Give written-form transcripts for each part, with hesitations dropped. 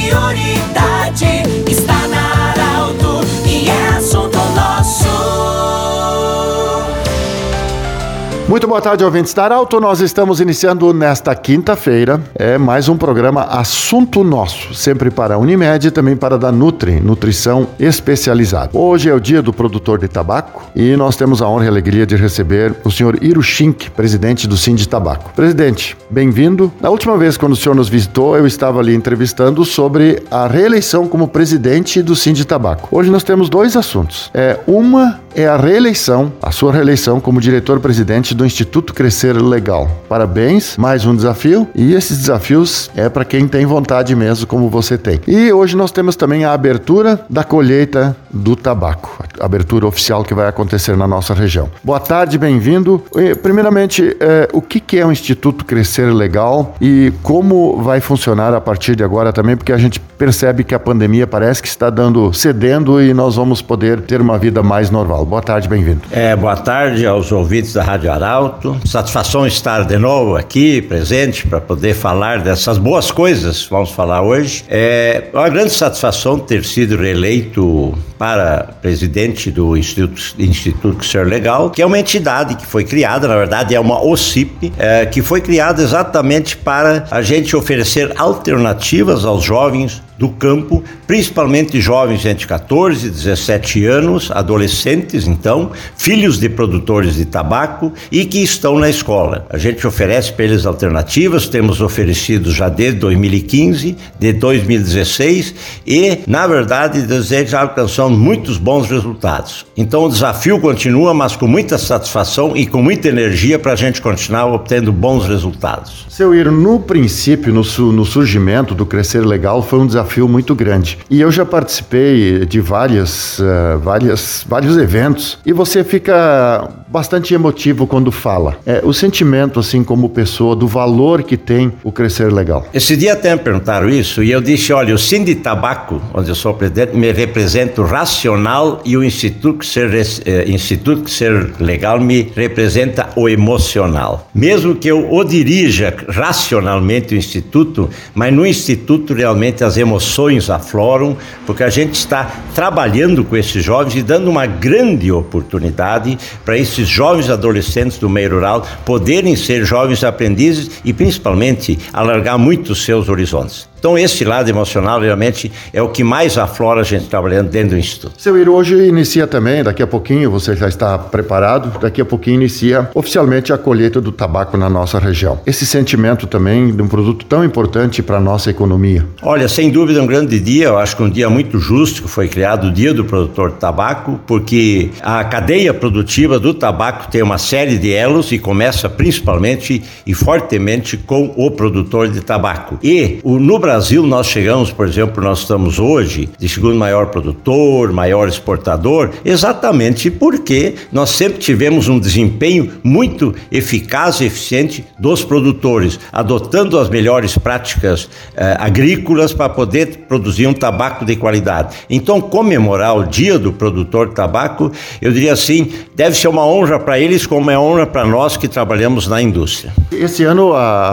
prioridade. Está na Arauto e é assunto nosso. Muito boa tarde, ouvintes da Arauto. Nós estamos iniciando nesta quinta-feira mais um programa Assunto Nosso, sempre para a Unimed e também para a da Nutri, Nutrição Especializada. Hoje é o dia do produtor de tabaco e nós temos a honra e a alegria de receber o senhor Iro Schink, presidente do Sinditabaco. Presidente, bem-vindo. Na última vez, quando o senhor nos visitou, eu estava ali entrevistando sobre a reeleição como presidente do Sinditabaco. Hoje nós temos dois assuntos. Uma é a reeleição, a sua reeleição como diretor-presidente do Instituto Crescer Legal. Parabéns, mais um desafio, e esses desafios é para quem tem vontade mesmo, como você tem. E hoje nós temos também a abertura da colheita do tabaco, a abertura oficial que vai acontecer na nossa região. Boa tarde, bem-vindo. Primeiramente, o que é o Instituto Crescer Legal e como vai funcionar a partir de agora também, porque a gente percebe que a pandemia parece que está cedendo e nós vamos poder ter uma vida mais normal. Boa tarde, bem-vindo. Boa tarde aos ouvintes da Rádio Arauto. Satisfação estar de novo aqui, presente, para poder falar dessas boas coisas que vamos falar hoje. É uma grande satisfação ter sido reeleito para presidente do Instituto Crescer Legal, que é uma entidade que foi criada, na verdade é uma OCIP, que foi criada exatamente para a gente oferecer alternativas aos jovens do campo, principalmente jovens entre 14 e 17 anos, adolescentes então, filhos de produtores de tabaco e que estão na escola. A gente oferece para eles alternativas, temos oferecido já desde 2015, de 2016 e, na verdade, já alcançamos muitos bons resultados. Então o desafio continua, mas com muita satisfação e com muita energia para a gente continuar obtendo bons resultados. Seu Iro, no princípio, no surgimento do Crescer Legal, foi um desafio muito grande. E eu já participei de vários eventos e você fica bastante emotivo quando fala. O sentimento, assim, como pessoa, do valor que tem o Crescer Legal. Esse dia até me perguntaram isso e eu disse, olha, o Sinditabaco, onde eu sou presidente, me representa o racional e o Instituto Crescer Legal me representa o emocional. Mesmo que eu o dirija racionalmente o Instituto, mas no Instituto realmente as emoções afloram, porque a gente está trabalhando com esses jovens e dando uma grande oportunidade para esses jovens adolescentes do meio rural poderem ser jovens aprendizes e principalmente alargar muito os seus horizontes. Então esse lado emocional realmente é o que mais aflora a gente trabalhando dentro do Instituto. Seu Iro, hoje inicia também, daqui a pouquinho você já está preparado, daqui a pouquinho inicia oficialmente a colheita do tabaco na nossa região. Esse sentimento também de um produto tão importante para a nossa economia. Olha, sem dúvida é um grande dia, eu acho que um dia muito justo que foi criado o Dia do Produtor de Tabaco, porque a cadeia produtiva do tabaco tem uma série de elos e começa principalmente e fortemente com o produtor de tabaco. E no Brasil nós chegamos, por exemplo, nós estamos hoje de segundo maior produtor, maior exportador, exatamente porque nós sempre tivemos um desempenho muito eficaz e eficiente dos produtores, adotando as melhores práticas agrícolas para poder produzir um tabaco de qualidade. Então, comemorar o Dia do Produtor de Tabaco, eu diria assim, deve ser uma honra para eles como é honra para nós que trabalhamos na indústria. Esse ano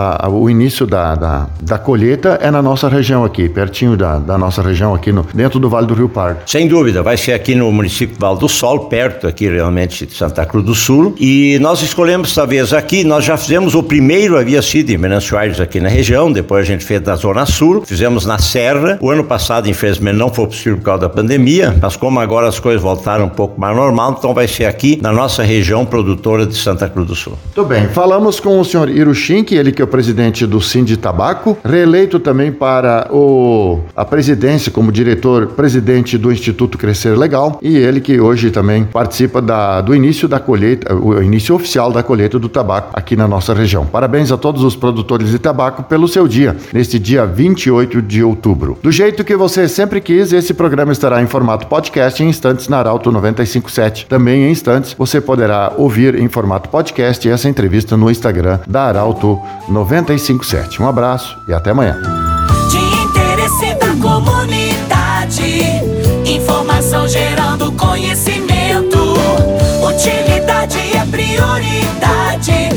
o início da colheita é na nossa região aqui, pertinho da nossa região aqui dentro do Vale do Rio Pardo. Sem dúvida, vai ser aqui no município de Vale do Sol, perto aqui realmente de Santa Cruz do Sul, e nós escolhemos essa vez aqui, nós já fizemos o primeiro, havia sido em Venâncio Aires aqui na região, depois a gente fez da Zona Sul, fizemos na Serra, o ano passado infelizmente não foi possível por causa da pandemia, mas como agora as coisas voltaram um pouco mais normal, então vai ser aqui na nossa região produtora de Santa Cruz do Sul. Muito bem, falamos com o senhor Iro Schink, ele que é o presidente do Sinditabaco, reeleito também para a presidência como diretor-presidente do Instituto Crescer Legal, e ele que hoje também participa do início da colheita, o início oficial da colheita do tabaco aqui na nossa região. Parabéns a todos os produtores de tabaco pelo seu dia, neste dia 28 de outubro. Do jeito que você sempre quis, esse programa estará em formato podcast em instantes na Arauto 95.7. Também em instantes você poderá ouvir em formato podcast essa entrevista no Instagram da Arauto 95.7. Um abraço e até amanhã. De interesse da comunidade, informação gerando conhecimento. Utilidade é prioridade.